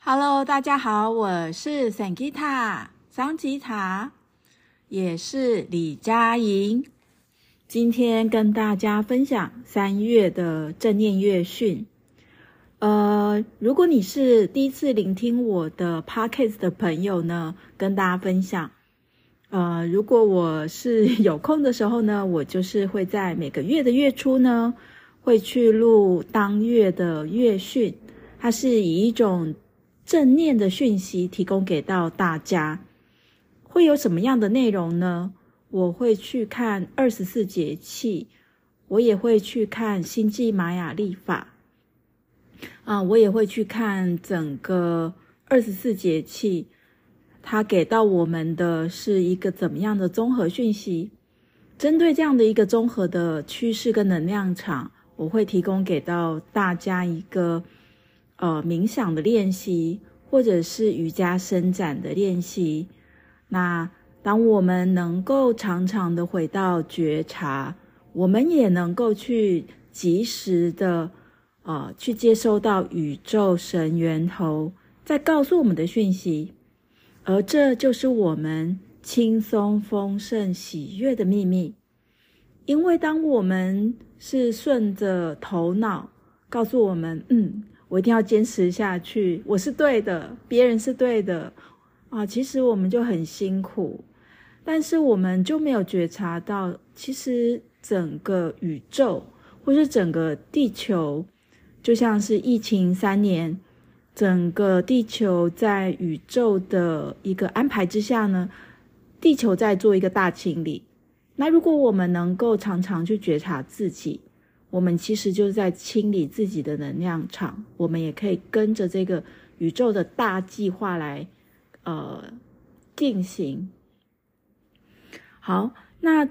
Hello， 大家好，我是Sangita，桑吉塔，也是李佳莹。今天跟大家分享3月的正念乐讯。如果你是第一次聆听我的 Podcast 的朋友呢，跟大家分享。如果我是有空的时候呢，我就是会在每个月的月初呢，会去录当月的乐讯，它是以一种正念的讯息提供给到大家。会有什么样的内容呢？我会去看24节气，我也会去看星际玛雅历法，我也会去看整个24节气，它给到我们的是一个怎么样的综合讯息。针对这样的一个综合的趋势跟能量场，我会提供给到大家一个冥想的练习，或者是瑜伽伸展的练习。那当我们能够常常的回到觉察，我们也能够去及时的去接收到宇宙神源头在告诉我们的讯息，而这就是我们轻松丰盛喜悦的秘密。因为当我们是顺着头脑告诉我们我一定要坚持下去，我是对的，别人是对的其实我们就很辛苦，但是我们就没有觉察到，其实整个宇宙或是整个地球，就像是疫情3年，整个地球在宇宙的一个安排之下呢，地球在做一个大清理。那如果我们能够常常去觉察自己，我们其实就是在清理自己的能量场，我们也可以跟着这个宇宙的大计划来进行。好，那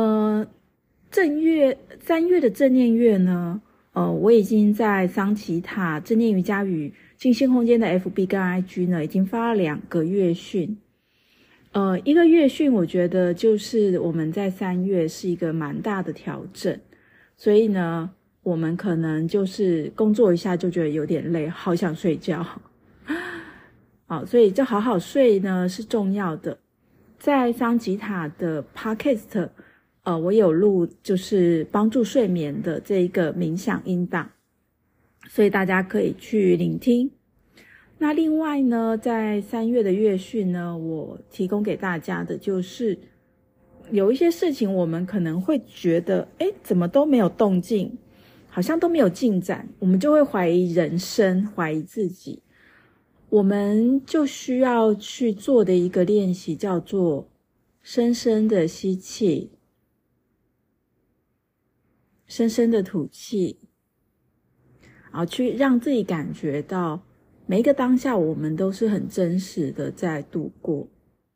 3月的正念月呢，我已经在桑奇塔正念瑜伽与静心空间的 FB 跟 IG 呢，已经发了2个月讯。一个月讯我觉得就是我们在3月是一个蛮大的调整，所以呢，我们可能就是工作一下就觉得有点累，好想睡觉。所以这好好睡呢是重要的。在桑吉塔的 Podcast，我有录就是帮助睡眠的这一个冥想音档，所以大家可以去聆听。那另外呢，在3月的月讯呢，我提供给大家的就是有一些事情我们可能会觉得怎么都没有动静，好像都没有进展，我们就会怀疑人生，怀疑自己。我们就需要去做的一个练习叫做深深的吸气，深深的吐气，去让自己感觉到每一个当下我们都是很真实的在度过。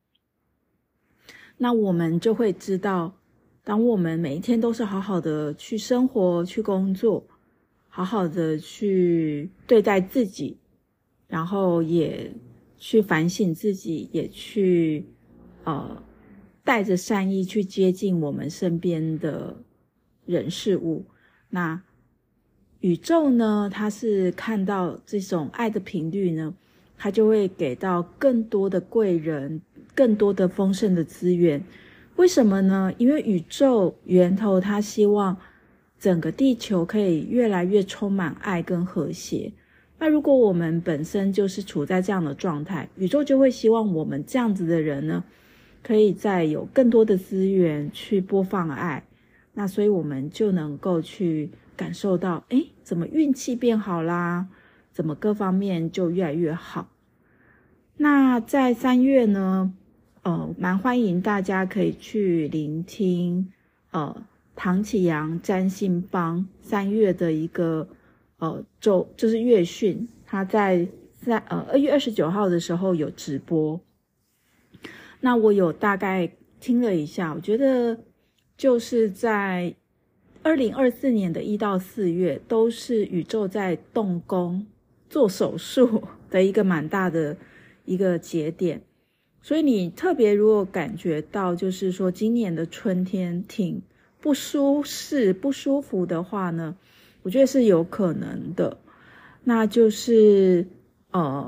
那我们就会知道，当我们每一天都是好好的去生活，去工作，好好的去对待自己，然后也去反省自己，也去带着善意去接近我们身边的人事物。那宇宙呢，它是看到这种爱的频率呢，它就会给到更多的贵人，更多的丰盛的资源。为什么呢？因为宇宙源头它希望整个地球可以越来越充满爱跟和谐。那如果我们本身就是处在这样的状态，宇宙就会希望我们这样子的人呢，可以再有更多的资源去播放爱。那所以我们就能够去感受到，怎么运气变好啦，怎么各方面就越来越好。那在3月呢，蛮欢迎大家可以去聆听唐启阳占星帮3月的一个就是月讯，他在2月29号的时候有直播。那我有大概听了一下，我觉得就是在2024年的1到4月都是宇宙在动工做手术的一个蛮大的一个节点。所以你特别如果感觉到就是说今年的春天挺不舒适不舒服的话呢，我觉得是有可能的。那就是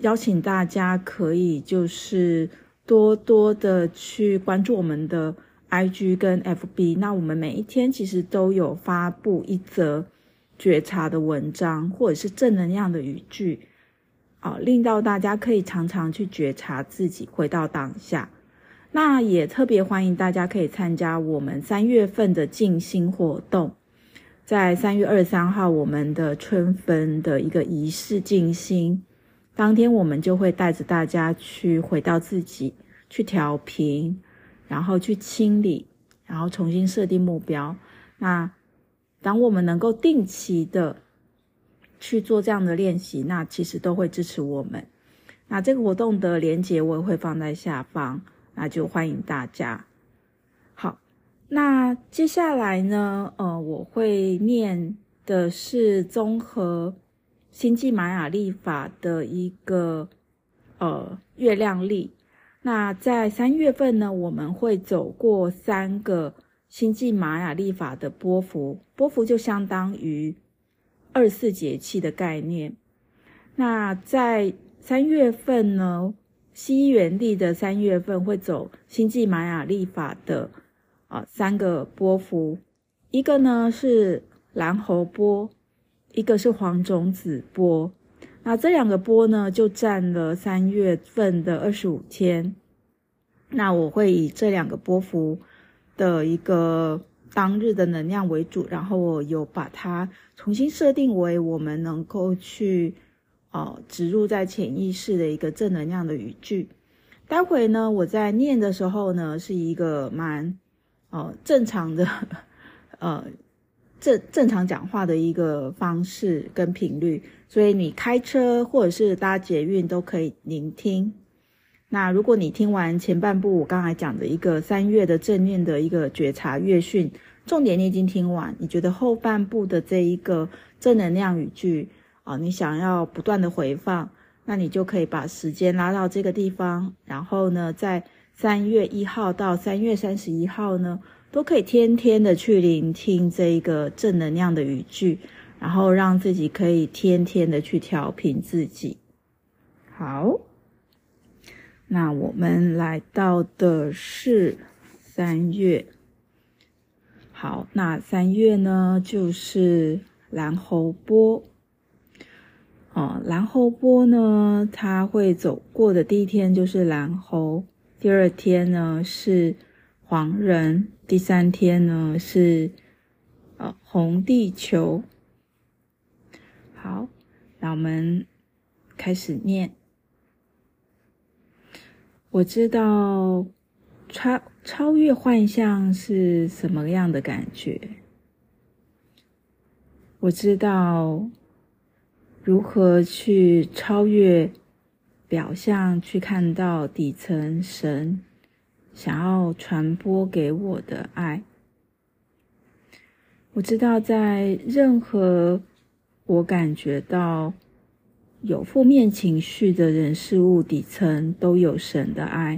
邀请大家可以就是多多的去关注我们的 IG 跟 FB， 那我们每一天其实都有发布一则觉察的文章或者是正能量的语句，令到大家可以常常去觉察自己，回到当下。那也特别欢迎大家可以参加我们3月份的静心活动，在3月23号我们的春分的一个仪式静心，当天我们就会带着大家去回到自己，去调频，然后去清理，然后重新设定目标。那当我们能够定期的去做这样的练习，那其实都会支持我们。那这个活动的连结我也会放在下方，那就欢迎大家。好，那接下来呢，我会念的是综合星际玛雅历法的一个月亮历。那在3月份呢，我们会走过3个星际玛雅历法的波符，波符就相当于24节气的概念。那在3月份呢，西元历的3月份会走星际玛雅历法的3个波符，一个呢是蓝猴波，一个是黄种子波。那这2个波呢就占了3月份的25天。那我会以这2个波符的一个当日的能量为主，然后我有把它重新设定为我们能够去植入在潜意识的一个正能量的语句。待会呢我在念的时候呢是一个蛮正常的正常讲话的一个方式跟频率，所以你开车或者是搭捷运都可以聆听。那如果你听完前半部我刚才讲的一个3月的正念的一个觉察乐讯，重点你已经听完，你觉得后半部的这一个正能量语句你想要不断的回放，那你就可以把时间拉到这个地方，然后呢在3月1号到3月31号呢都可以天天的去聆听这一个正能量的语句，然后让自己可以天天的去调频自己。好，那我们来到的是3月。好，那3月呢就是蓝猴波。蓝猴波呢它会走过的第一天就是蓝猴，第2天呢是黄人，第3天呢是红地球。好，那我们开始念。我知道超越幻象是什么样的感觉，我知道如何去超越表象，去看到底层神想要传播给我的爱。我知道在任何我感觉到有负面情绪的人事物底层都有神的爱。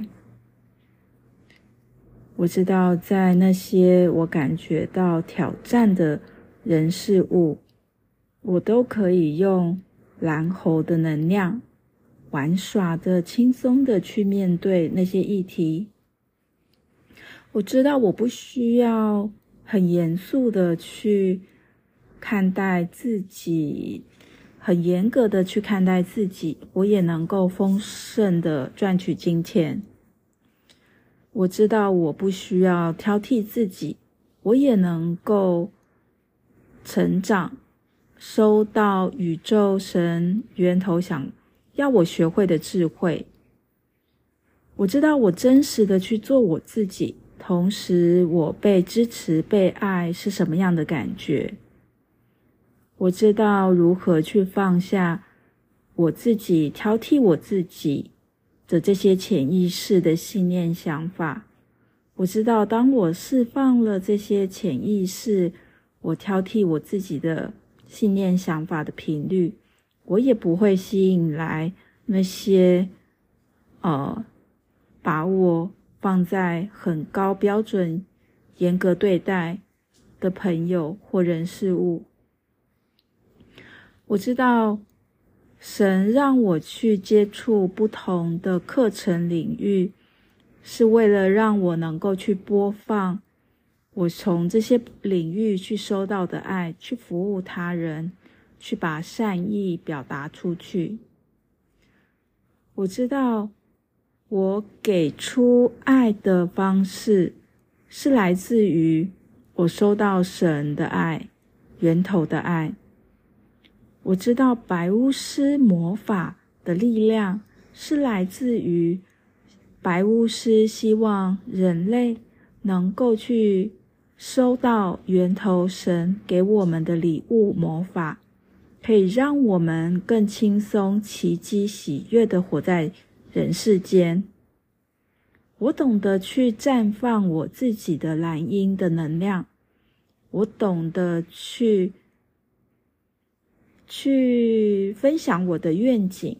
我知道在那些我感觉到挑战的人事物，我都可以用蓝猴的能量玩耍的轻松的去面对那些议题。我知道我不需要很严肃的去看待自己，很严格的去看待自己，我也能够丰盛的赚取金钱。我知道我不需要挑剔自己，我也能够成长，收到宇宙神源头想要我学会的智慧。我知道我真实的去做我自己，同时我被支持被爱是什么样的感觉。我知道如何去放下我自己挑剔我自己的这些潜意识的信念想法。我知道当我释放了这些潜意识我挑剔我自己的信念想法的频率，我也不会吸引来那些把我放在很高标准严格对待的朋友或人事物。我知道神让我去接触不同的课程领域，是为了让我能够去播放我从这些领域去收到的爱，去服务他人，去把善意表达出去。我知道我给出爱的方式是来自于我收到神的爱，源头的爱。我知道白巫师魔法的力量是来自于白巫师希望人类能够去收到源头神给我们的礼物魔法，可以让我们更轻松、奇迹、喜悦地活在人世間。我懂得去绽放我自己的蓝鹰的能量，我懂得去分享我的愿景，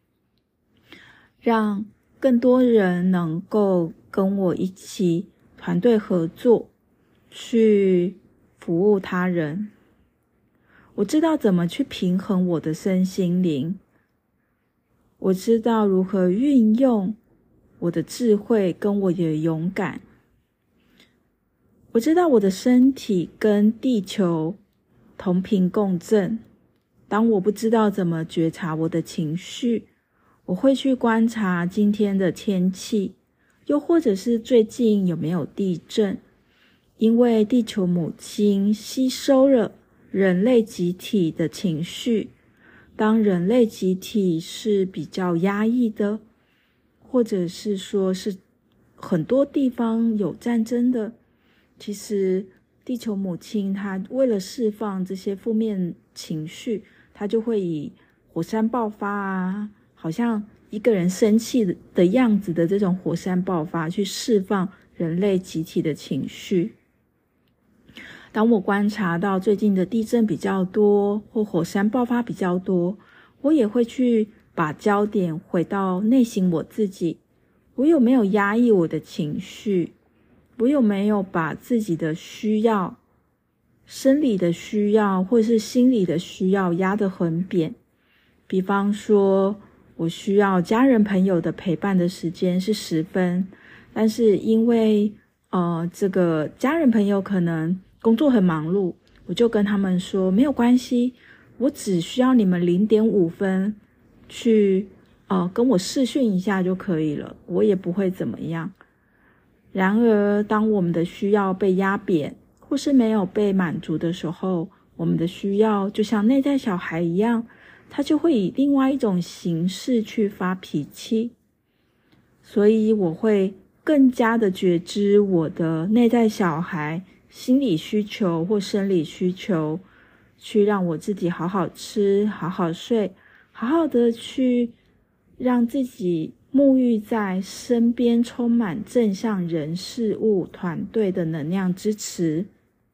让更多人能够跟我一起团队合作，去服务他人。我知道怎么去平衡我的身心灵，我知道如何运用我的智慧跟我的勇敢。我知道我的身体跟地球同频共振。当我不知道怎么觉察我的情绪，我会去观察今天的天气，又或者是最近有没有地震。因为地球母亲吸收了人类集体的情绪，当人类集体是比较压抑的，或者是说是很多地方有战争的，其实地球母亲她为了释放这些负面情绪，她就会以火山爆发啊，好像一个人生气的样子的这种火山爆发去释放人类集体的情绪。当我观察到最近的地震比较多，或火山爆发比较多，我也会去把焦点回到内心我自己，我有没有压抑我的情绪？我有没有把自己的需要，生理的需要或是心理的需要压得很扁？比方说我需要家人朋友的陪伴的时间是10分，但是因为这个家人朋友可能工作很忙碌，我就跟他们说没有关系，我只需要你们0.5分去跟我视讯一下就可以了，我也不会怎么样。然而当我们的需要被压扁或是没有被满足的时候，我们的需要就像内在小孩一样，他就会以另外一种形式去发脾气。所以我会更加的觉知我的内在小孩心理需求或生理需求，去让我自己好好吃，好好睡，好好的去让自己沐浴在身边充满正向人事物团队的能量支持。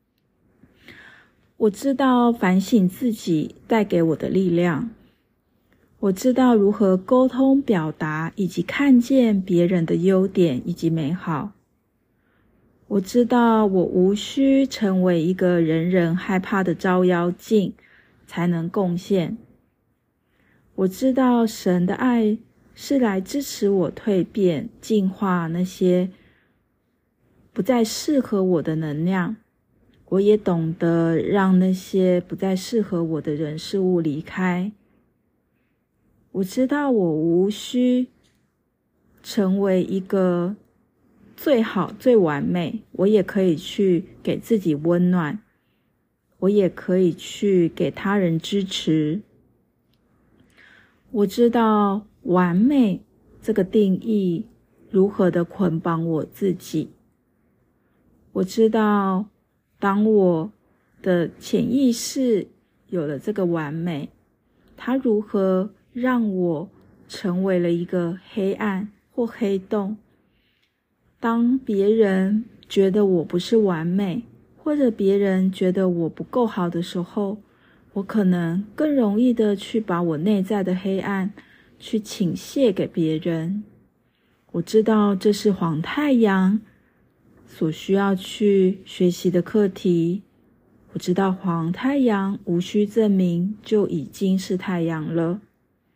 我知道反省自己带给我的力量，我知道如何沟通表达以及看见别人的优点以及美好。我知道我无需成为一个人人害怕的照妖镜才能贡献。我知道神的爱是来支持我蜕变，净化那些不再适合我的能量。我也懂得让那些不再适合我的人事物离开。我知道我无需成为一个最好最完美，我也可以去给自己温暖，我也可以去给他人支持。我知道完美这个定义如何的捆绑我自己。我知道当我的潜意识有了这个完美，它如何让我成为了一个黑暗或黑洞。当别人觉得我不是完美，或者别人觉得我不够好的时候，我可能更容易的去把我内在的黑暗去倾泻给别人。我知道这是黄太阳所需要去学习的课题。我知道黄太阳无需证明就已经是太阳了。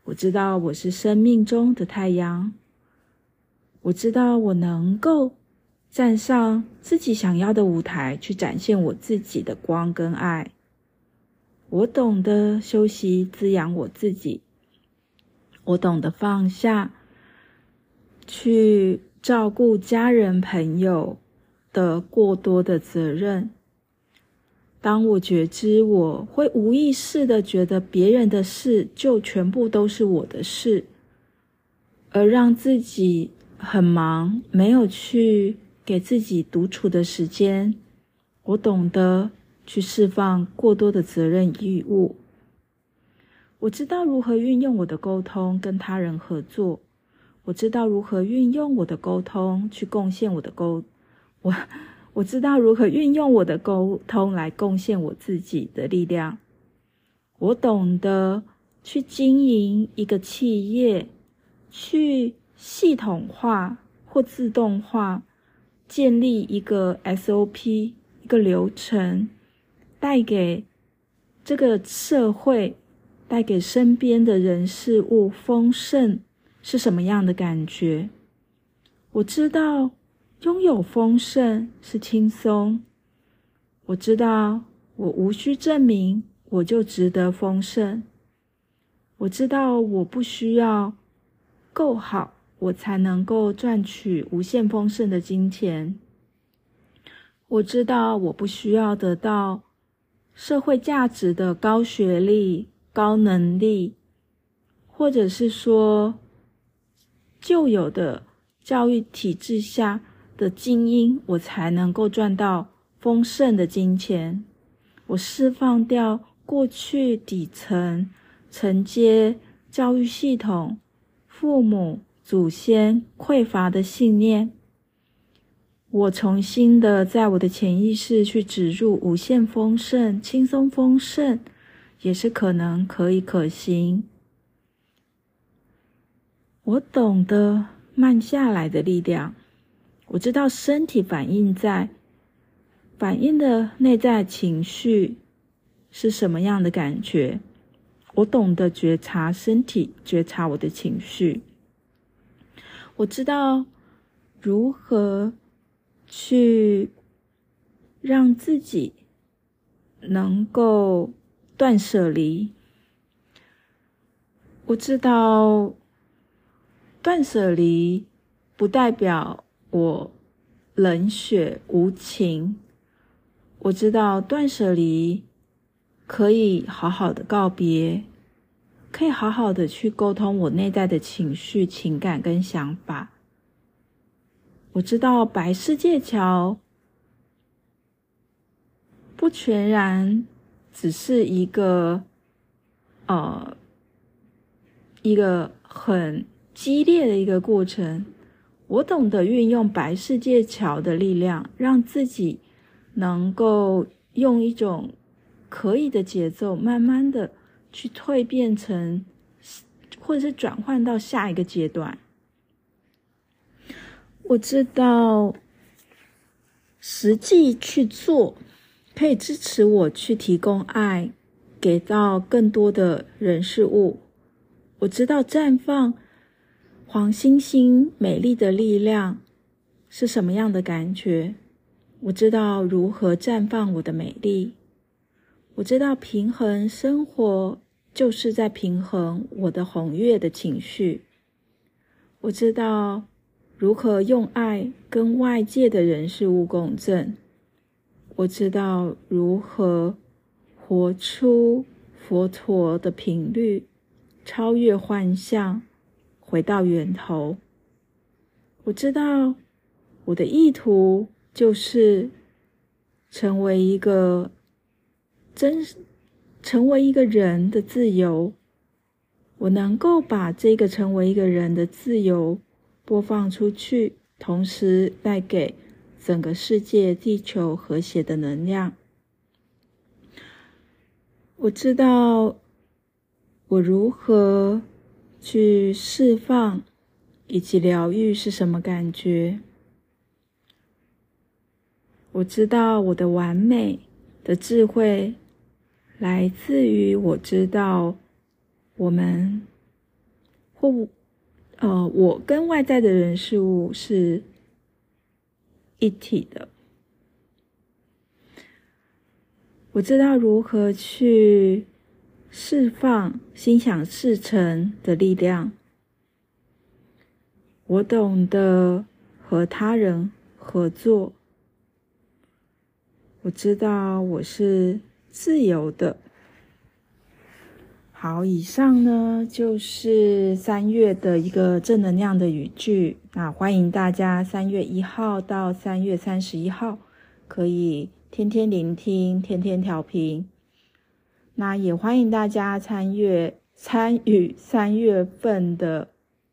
我知道我是生命中的太阳，我知道我能够站上自己想要的舞台，去展现我自己的光跟爱。我懂得休息滋养我自己，我懂得放下，去照顾家人朋友的过多的责任。当我觉知我会无意识的觉得别人的事就全部都是我的事，而让自己很忙，没有去给自己独处的时间，我懂得去释放过多的责任义务。我知道如何运用我的沟通跟他人合作，我知道如何运用我的沟通去贡献我知道如何运用我的沟通来贡献我自己的力量。我懂得去经营一个企业，去系统化或自动化建立一个 SOP， 一个流程，带给这个社会，带给身边的人事物丰盛是什么样的感觉。我知道拥有丰盛是轻松，我知道我无需证明我就值得丰盛，我知道我不需要够好我才能够赚取无限丰盛的金钱，我知道我不需要得到社会价值的高学历、高能力，或者是说旧有的教育体制下的精英，我才能够赚到丰盛的金钱。我释放掉过去底层承接教育系统、父母、祖先匮乏的信念，我重新的在我的潜意识去植入无限丰盛、轻松丰盛，也是可能、可以、可行。我懂得慢下来的力量，我知道身体反映的内在情绪是什么样的感觉，我懂得觉察身体，觉察我的情绪。我知道如何去让自己能够断舍离。我知道断舍离不代表我冷血无情，我知道断舍离可以好好的告别，可以好好的去沟通我内在的情绪、情感跟想法。我知道白世界桥不全然只是一个很激烈的一个过程，我懂得运用白世界桥的力量，让自己能够用一种可以的节奏，慢慢的去蜕变成，或者是转换到下一个阶段。我知道实际去做可以支持我去提供爱给到更多的人事物。我知道绽放黄星星美丽的力量是什么样的感觉，我知道如何绽放我的美丽，我知道平衡生活就是在平衡我的红月的情绪，我知道如何用爱跟外界的人事物共振，我知道如何活出佛陀的频率，超越幻象，回到源头。我知道我的意图就是成为一个人的自由，我能够把这个成为一个人的自由播放出去，同时带给整个世界、地球和谐的能量。我知道我如何去释放以及疗愈是什么感觉。我知道我的完美的智慧来自于我知道我们我跟外在的人事物是一体的。我知道如何去释放心想事成的力量。我懂得和他人合作。我知道我是自由的。好，以上呢就是3月的一个正能量的语句。那欢迎大家3月1号到3月31号可以天天聆听，天天调频。那也欢迎大家参与3月份的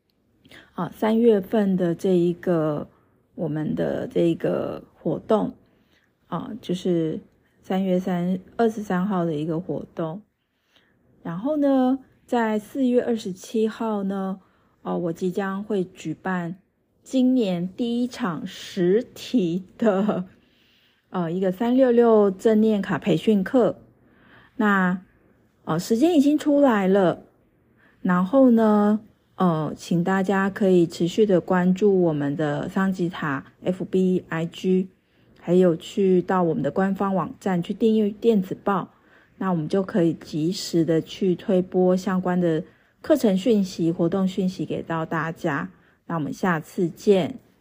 这一个我们的这个活动就是3月23号的一个活动。然后呢，在4月27号呢，我即将会举办今年第一场实体的一个366正念卡培训课。那时间已经出来了，然后呢请大家可以持续的关注我们的桑吉塔 FB、IG， 还有去到我们的官方网站去订阅电子报，那我们就可以及时的去推播相关的课程讯息、活动讯息给到大家。那我们下次见。